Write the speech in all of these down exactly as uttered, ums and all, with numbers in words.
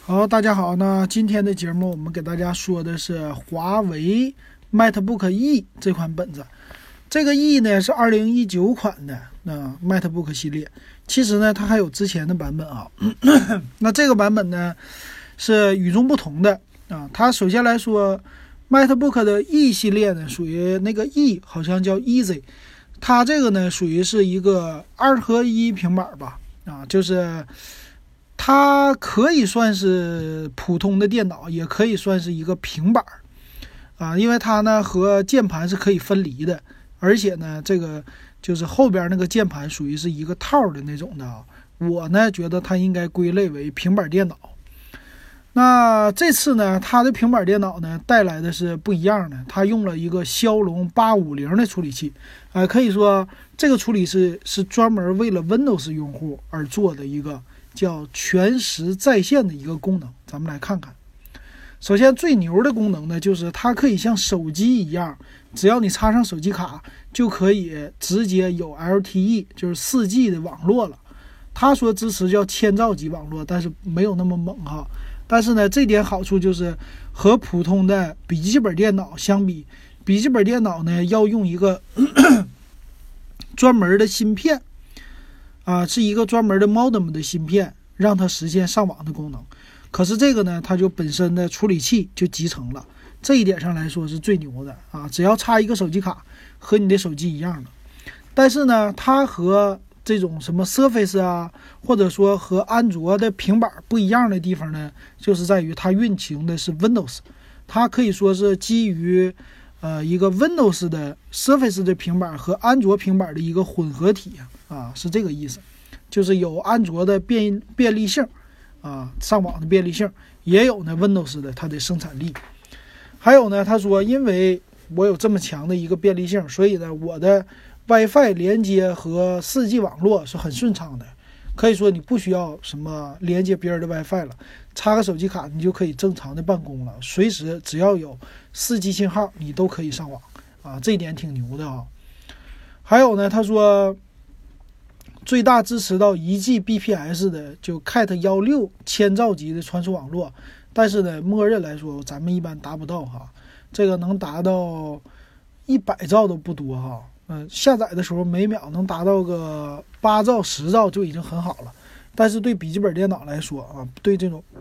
好，大家好。那今天的节目我们给大家说的是华为 MateBook E 这款本子。这个 E 呢是二零一九款的那 MateBook 系列，其实呢它还有之前的版本啊。那这个版本呢是与众不同的啊。它首先来说 MateBook 的 E 系列呢属于那个 E 好像叫 Easy， 它这个呢属于是一个二合一平板吧啊，就是它可以算是普通的电脑，也可以算是一个平板啊，因为它呢和键盘是可以分离的，而且呢这个就是后边那个键盘属于是一个套的那种的啊。我呢觉得它应该归类为平板电脑。那这次呢它的平板电脑呢带来的是不一样的，它用了一个骁龙八五零的处理器啊、呃，可以说这个处理器是专门为了 Windows 用户而做的一个叫全时在线的一个功能。咱们来看看，首先最牛的功能呢就是它可以像手机一样，只要你插上手机卡就可以直接有 L T E， 就是 四 G 的网络了。他说支持叫千兆级网络，但是没有那么猛哈。但是呢这点好处就是和普通的笔记本电脑相比，笔记本电脑呢要用一个咳咳专门的芯片啊，是一个专门的 modem 的芯片，让它实现上网的功能。可是这个呢它就本身的处理器就集成了，这一点上来说是最牛的啊！只要插一个手机卡，和你的手机一样的。但是呢它和这种什么 Surface 啊，或者说和安卓的平板不一样的地方呢，就是在于它运行的是 Windows， 它可以说是基于呃一个 Windows 的 Surface 的平板和安卓平板的一个混合体啊，是这个意思。就是有安卓的便便利性啊，上网的便利性，也有呢 Windows 的它的生产力。还有呢他说因为我有这么强的一个便利性，所以呢我的WiFi 连接和 四 G 网络是很顺畅的，可以说你不需要什么连接别人的 WiFi 了，插个手机卡你就可以正常的办公了，随时只要有 四 G 信号你都可以上网啊，这一点挺牛的啊。还有呢他说最大支持到 一 G B P S 的就 Cat 十六 千兆级的传输网络，但是呢默认来说咱们一般达不到哈，这个能达到一百兆都不多哈。嗯，下载的时候每秒能达到个八兆十兆就已经很好了，但是对笔记本电脑来说啊，对这种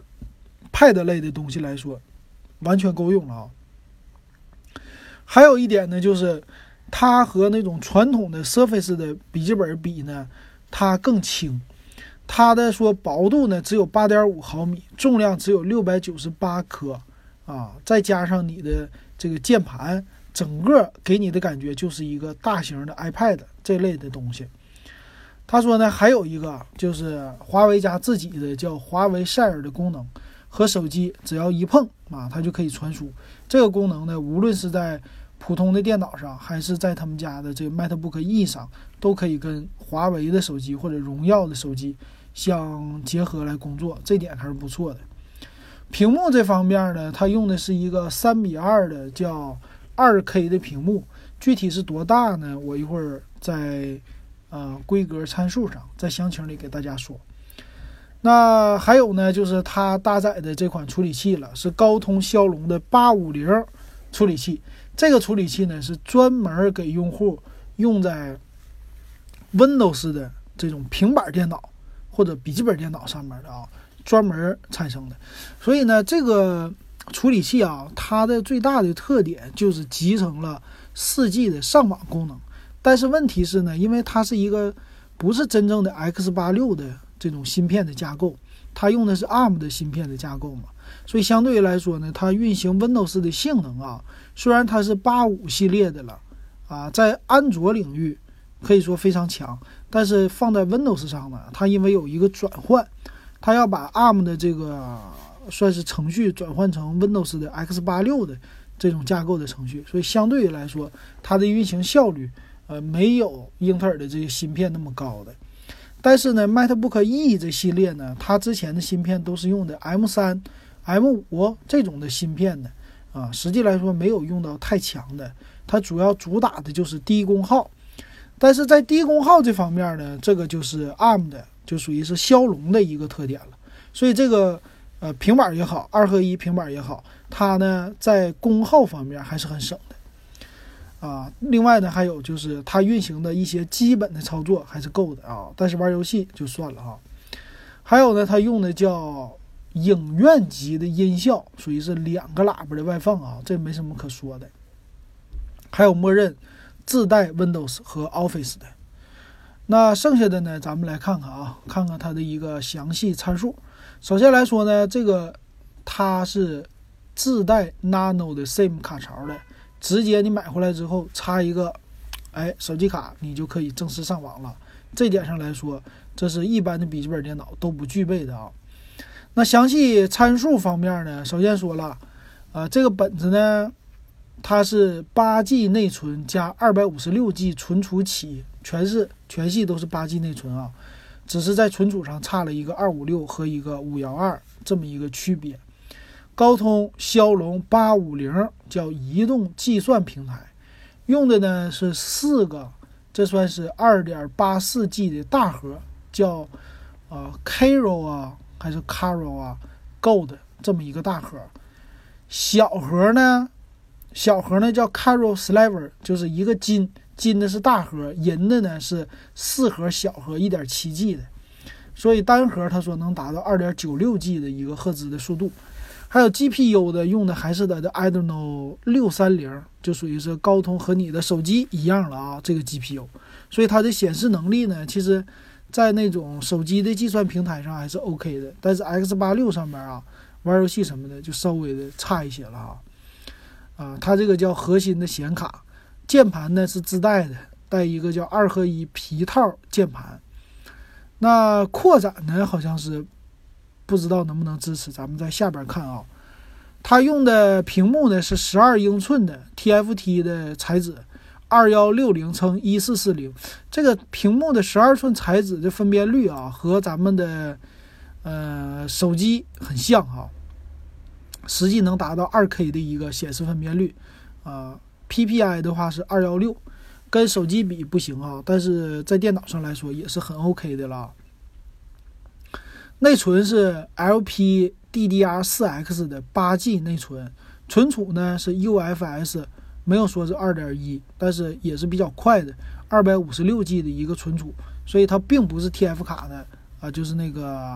Pad 类的东西来说完全够用了啊。还有一点呢就是它和那种传统的 Surface 的笔记本比呢，它更轻，它的说薄度呢只有 八点五毫米，重量只有六百九十八克啊，再加上你的这个键盘，整个给你的感觉就是一个大型的 iPad 这类的东西。他说呢还有一个就是华为家自己的叫华为 Share 的功能，和手机只要一碰啊它就可以传输。这个功能呢无论是在普通的电脑上还是在他们家的这个 MateBook E 上，都可以跟华为的手机或者荣耀的手机相结合来工作，这点还是不错的。屏幕这方面呢，它用的是一个三比二的叫 二 K 的屏幕，具体是多大呢？我一会儿在呃规格参数上在详情里给大家说。那还有呢就是它搭载的这款处理器了，是高通骁龙的八五零处理器。这个处理器呢是专门给用户用在 Windows 的这种平板电脑或者笔记本电脑上面的啊，专门产生的。所以呢这个处理器啊，它的最大的特点就是集成了 四 G 的上网功能。但是问题是呢，因为它是一个不是真正的 X 八十六 的这种芯片的架构，它用的是 A R M 的芯片的架构嘛，所以相对来说呢，它运行 Windows 的性能啊，虽然它是八五系列的了啊，在安卓领域可以说非常强，但是放在 Windows 上呢，它因为有一个转换，它要把 A R M 的这个算是程序转换成 Windows 的 X 八十六 的这种架构的程序，所以相对来说它的运行效率呃没有英特尔的这个芯片那么高的。但是呢 MateBook E 这系列呢，它之前的芯片都是用的 M 三 M 五 这种的芯片的啊，实际来说没有用到太强的，它主要主打的就是低功耗。但是在低功耗这方面呢，这个就是 A R M 的，就属于是骁龙的一个特点了。所以这个呃，平板也好，二合一平板也好，它呢在功耗方面还是很省的啊。另外呢，还有就是它运行的一些基本的操作还是够的啊，但是玩游戏就算了啊。还有呢，它用的叫影院级的音效，属于是两个喇叭的外放啊，这没什么可说的。还有默认自带 Windows 和 Office 的。那剩下的呢，咱们来看看啊，看看它的一个详细参数。首先来说呢，这个它是自带 Nano 的 SIM 卡槽的，直接你买回来之后插一个，哎，手机卡你就可以正式上网了。这点上来说，这是一般的笔记本电脑都不具备的啊。那详细参数方面呢，首先说了，呃，这个本子呢，它是八 G 内存加二百五十六 G 存储起，全是全系都是八 G 内存啊，只是在存储上差了一个二五六和一个五一二这么一个区别。高通骁龙八五零叫移动计算平台，用的呢是四个，这算是 二点八四 G 的大核，叫呃 Cairo 啊还是 Caro 啊 Gold 这么一个大核。小核呢，小核呢叫 Caro Silver， 就是一个金，金的是大核，银的呢是四核小核 一点七 G 的，所以单核他说能达到 二点九六 G 的一个赫兹的速度。还有 G P U 的用的还是它的 Adreno 六三零，就属于是高通和你的手机一样了啊，这个 G P U， 所以它的显示能力呢，其实在那种手机的计算平台上还是 OK 的，但是 X 八十六 上面啊，玩游戏什么的就稍微的差一些了啊。啊，它这个叫核心的显卡，键盘呢是自带的，带一个叫二合一皮套键盘。那扩展呢，好像是不知道能不能支持，咱们在下边看啊。它用的屏幕呢是十二英寸的 T F T 的材质，二一六零乘一四四零，这个屏幕的十二寸材质的分辨率啊，和咱们的呃手机很像哈、啊，实际能达到 二 K 的一个显示分辨率啊、呃、，P P I 的话是二一六，跟手机比不行啊，但是在电脑上来说也是很 OK 的了。内存是 L P D D R 四 X 的 八 G 内存，存储呢是 U F S， 没有说是 二点一， 但是也是比较快的 二百五十六 G 的一个存储，所以它并不是 T F 卡的啊，就是那个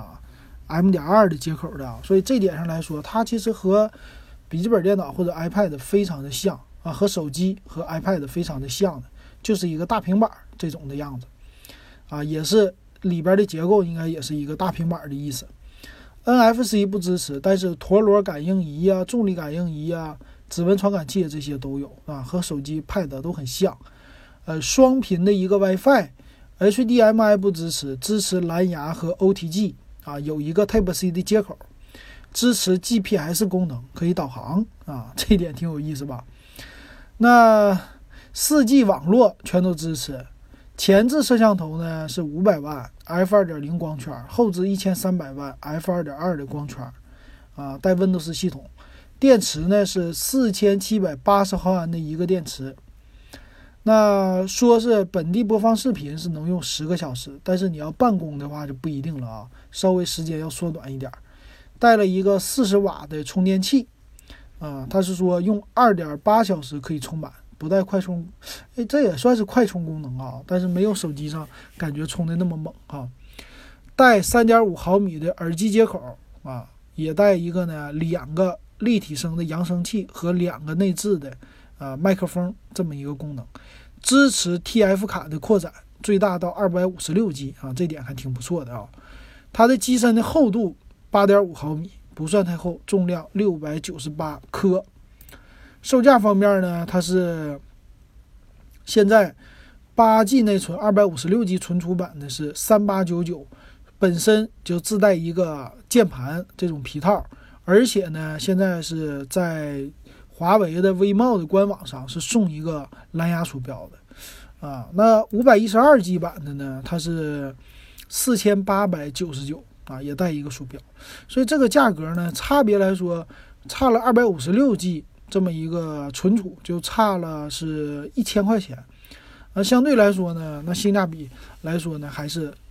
M 点二 的接口的，所以这点上来说，它其实和笔记本电脑或者 iPad 非常的像啊，和手机和 iPad 非常的像的，就是一个大平板这种的样子啊，也是里边的结构应该也是一个大平板的意思。N F C 不支持，但是陀螺感应仪啊、重力感应仪啊、指纹传感器这些都有啊，和手机 Pad 都很像。呃，双频的一个 WiFi，H D M I 不支持，支持蓝牙和 O T G 啊，有一个 Type C 的接口，支持 G P S 功能，可以导航啊，这一点挺有意思吧？那 四 G 网络全都支持。前置摄像头呢是五百万 F 二点零 光圈，后置一千三百万 F 二点二 的光圈啊，带 Windows 系统。电池呢是四千七百八十毫安的一个电池。那说是本地播放视频是能用十个小时，但是你要办公的话就不一定了啊，稍微时间要缩短一点。带了一个四十瓦的充电器啊，它是说用 二点八小时可以充满，不带快充，哎，这也算是快充功能啊，但是没有手机上感觉充的那么猛啊。带 三点五毫米的耳机接口啊，也带一个呢两个立体声的扬声器和两个内置的啊麦克风这么一个功能。支持 T F 卡的扩展，最大到 二百五十六 G 啊，这点还挺不错的啊。它的机身的厚度 八点五毫米，不算太厚，重量六百九十八克。售价方面呢，它是现在八 G 内存 二百五十六 G 存储版的是三八九九，本身就自带一个键盘这种皮套，而且呢现在是在华为的微茂的官网上是送一个蓝牙鼠标的啊。那五百一十二 G 版的呢，它是四千八百九十九啊，也带一个鼠标，所以这个价格呢差别来说差了 二百五十六 G。这么一个存储就差了是一千块钱，呃，相对来说呢，那性价比来说呢，还是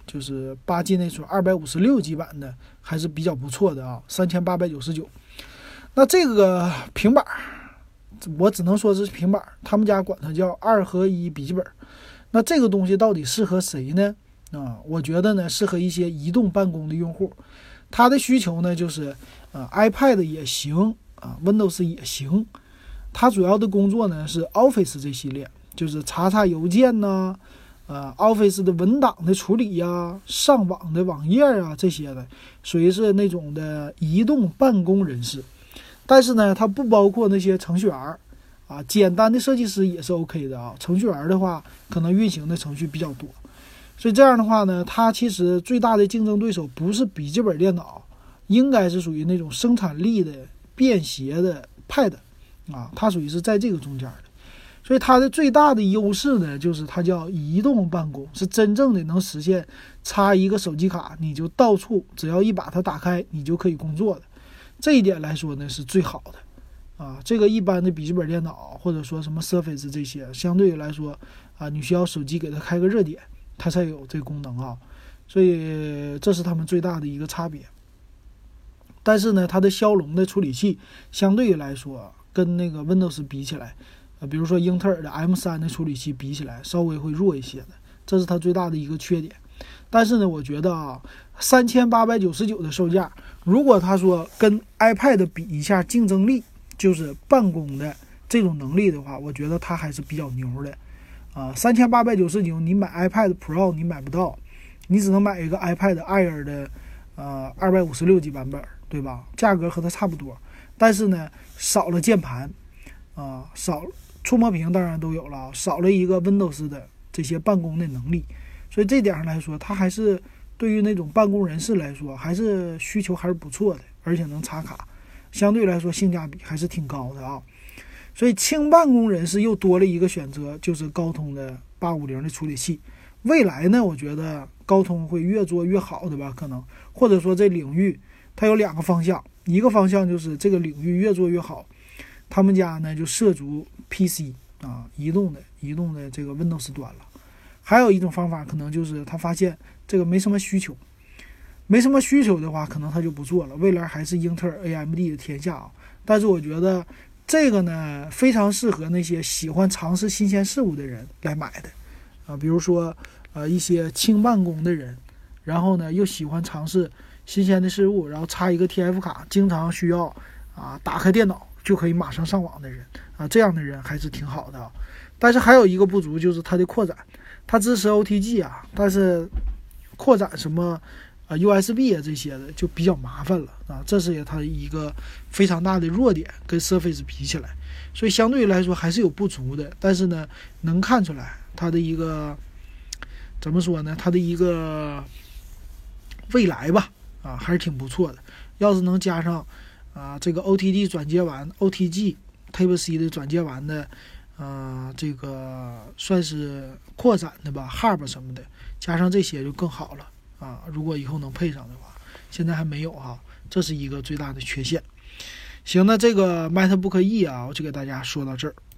就是八 G 内存、二百五十六 G 版的还是比较不错的啊，三千八百九十九。那这个平板，我只能说是平板，他们家管它叫二合一笔记本。那这个东西到底适合谁呢？啊，我觉得呢，适合一些移动办公的用户。他的需求呢，就是呃 iPad 也行啊 ，Windows 也行。他主要的工作呢是 Office 这系列，就是查查邮件呐、呃 Office 的文档的处理呀、上网的网页啊这些的，属于是那种的移动办公人士。但是呢，它不包括那些程序员啊，简单的设计师也是 OK 的啊。程序员的话，可能运行的程序比较多，所以这样的话呢，它其实最大的竞争对手不是笔记本电脑，应该是属于那种生产力的便携的 Pad 啊，它属于是在这个中间的。所以它的最大的优势呢，就是它叫移动办公，是真正的能实现插一个手机卡，你就到处只要一把它打开，你就可以工作的。这一点来说呢，是最好的啊。这个一般的笔记本电脑或者说什么 Surface 这些，相对于来说啊，你需要手机给它开个热点，它才有这个功能啊。所以这是他们最大的一个差别。但是呢，它的骁龙的处理器相对于来说，跟那个 Windows 比起来，呃，比如说英特尔的 M 三 的处理器比起来，稍微会弱一些的，这是它最大的一个缺点。但是呢，我觉得啊，三千八百九十九的售价，如果他说跟 iPad 比一下竞争力，就是办公的这种能力的话，我觉得它还是比较牛的啊。三千八百九十九，你买 iPad Pro 你买不到，你只能买一个 iPad Air 的呃二百五十六 G 版本，对吧？价格和它差不多，但是呢，少了键盘啊，少触摸屏当然都有了，少了一个 Windows 的这些办公的能力。所以这点上来说，它还是对于那种办公人士来说，还是需求还是不错的，而且能插卡，相对来说性价比还是挺高的啊。所以轻办公人士又多了一个选择，就是高通的八五零的处理器。未来呢，我觉得高通会越做越好的吧，可能或者说这领域它有两个方向，一个方向就是这个领域越做越好，他们家呢就涉足 P C 啊，移动的移动的这个 Windows 端了。还有一种方法，可能就是他发现这个没什么需求，没什么需求的话，可能他就不做了。未来还是英特尔 A M D 的天下啊。但是我觉得这个呢，非常适合那些喜欢尝试新鲜事物的人来买的啊，比如说呃一些轻办公的人，然后呢又喜欢尝试新鲜的事物，然后插一个 T F 卡，经常需要啊打开电脑就可以马上上网的人啊，这样的人还是挺好的啊。但是还有一个不足，就是它的扩展。它支持 O T G 啊，但是扩展什么啊 U S B 啊这些的就比较麻烦了啊，这是它一个非常大的弱点，跟 Surface 比起来，所以相对来说还是有不足的。但是呢，能看出来它的一个怎么说呢？它的一个未来吧，啊，还是挺不错的。要是能加上啊这个 O T G 转接完 O T G Type C 的转接完的。呃，这个算是扩展的吧 ，Hub 什么的，加上这些就更好了啊。如果以后能配上的话，现在还没有哈，这是一个最大的缺陷。行，那这个 MacBook E 啊，我就给大家说到这儿。